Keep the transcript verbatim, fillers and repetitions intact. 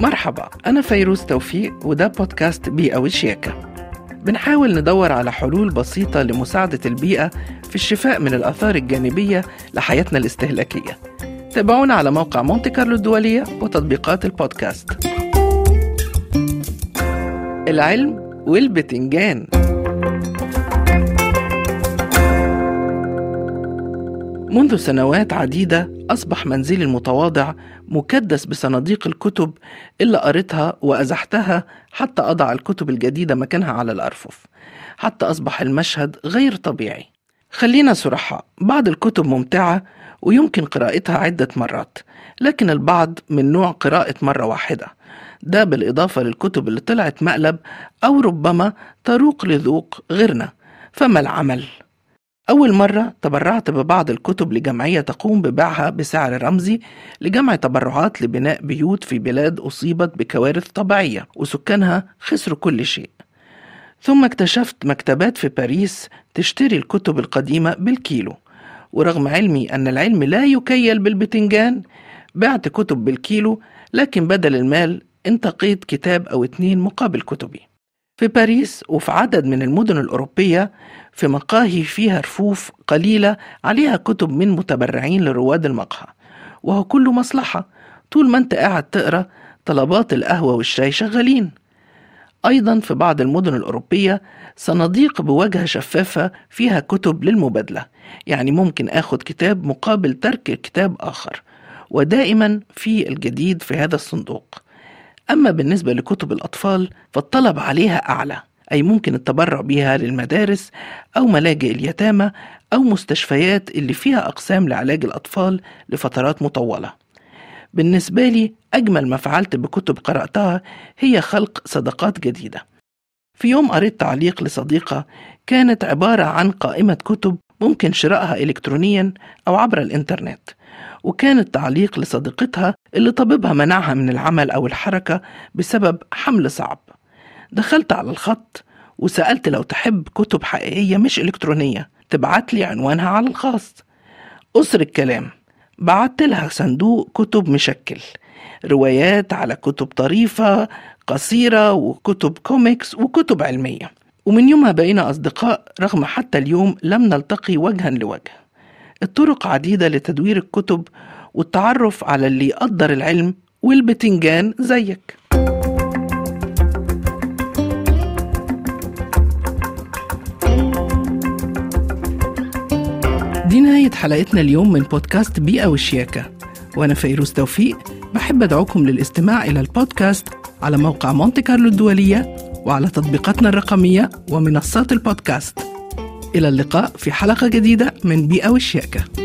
مرحبا، أنا فيروز توفيق وده بودكاست بيئة وشياكة. بنحاول ندور على حلول بسيطة لمساعدة البيئة في الشفاء من الآثار الجانبية لحياتنا الاستهلاكية. تابعونا على موقع مونتي كارلو الدولية وتطبيقات البودكاست. العلم والبتنجان. منذ سنوات عديدة أصبح منزلي المتواضع مكدس بصناديق الكتب اللي قريتها وأزحتها حتى أضع الكتب الجديدة مكانها على الأرفف، حتى أصبح المشهد غير طبيعي. خلينا صراحة، بعض الكتب ممتعة ويمكن قراءتها عدة مرات، لكن البعض من نوع قراءة مرة واحدة، ده بالإضافة للكتب اللي طلعت مقلب أو ربما تروق لذوق غيرنا. فما العمل؟ أول مرة تبرعت ببعض الكتب لجمعية تقوم ببيعها بسعر رمزي لجمع تبرعات لبناء بيوت في بلاد أصيبت بكوارث طبيعية وسكانها خسروا كل شيء. ثم اكتشفت مكتبات في باريس تشتري الكتب القديمة بالكيلو، ورغم علمي أن العلم لا يكيل بالبتنجان بعت كتب بالكيلو، لكن بدل المال انتقيت كتاب أو اتنين مقابل كتبي. في باريس وفي عدد من المدن الأوروبية في مقاهي فيها رفوف قليلة عليها كتب من متبرعين لرواد المقهى، وهو كله مصلحة. طول ما انت قاعد تقرأ طلبات القهوة والشاي شغالين. أيضا في بعض المدن الأوروبية صناديق بواجهة شفافة فيها كتب للمبادلة، يعني ممكن أخذ كتاب مقابل ترك كتاب آخر، ودائما في الجديد في هذا الصندوق. أما بالنسبة لكتب الأطفال فالطلب عليها أعلى، أي ممكن التبرع بها للمدارس أو ملاجئ اليتامى أو مستشفيات اللي فيها أقسام لعلاج الأطفال لفترات مطولة. بالنسبة لي أجمل ما فعلت بكتب قرأتها هي خلق صداقات جديدة. في يوم قريت تعليق لصديقة كانت عبارة عن قائمة كتب ممكن شرائها إلكترونيا أو عبر الإنترنت، وكانت تعليق لصديقتها اللي طبيبها منعها من العمل أو الحركة بسبب حمل صعب. دخلت على الخط وسألت لو تحب كتب حقيقية مش إلكترونية تبعت لي عنوانها على الخاص. أسر الكلام، بعت لها صندوق كتب مشكل، روايات على كتب طريفة قصيرة وكتب كوميكس وكتب علمية. ومن يومها بقينا أصدقاء رغم حتى اليوم لم نلتقي وجها لوجه. الطرق عديدة لتدوير الكتب والتعرف على اللي يقدر العلم والبتنجان زيك. دي نهاية حلقتنا اليوم من بودكاست بيئة وشياكة، وأنا فيروز توفيق. بحب أدعوكم للاستماع إلى البودكاست على موقع مونتي كارلو الدولية وعلى تطبيقاتنا الرقمية ومنصات البودكاست. إلى اللقاء في حلقة جديدة من بيئة وشياكة.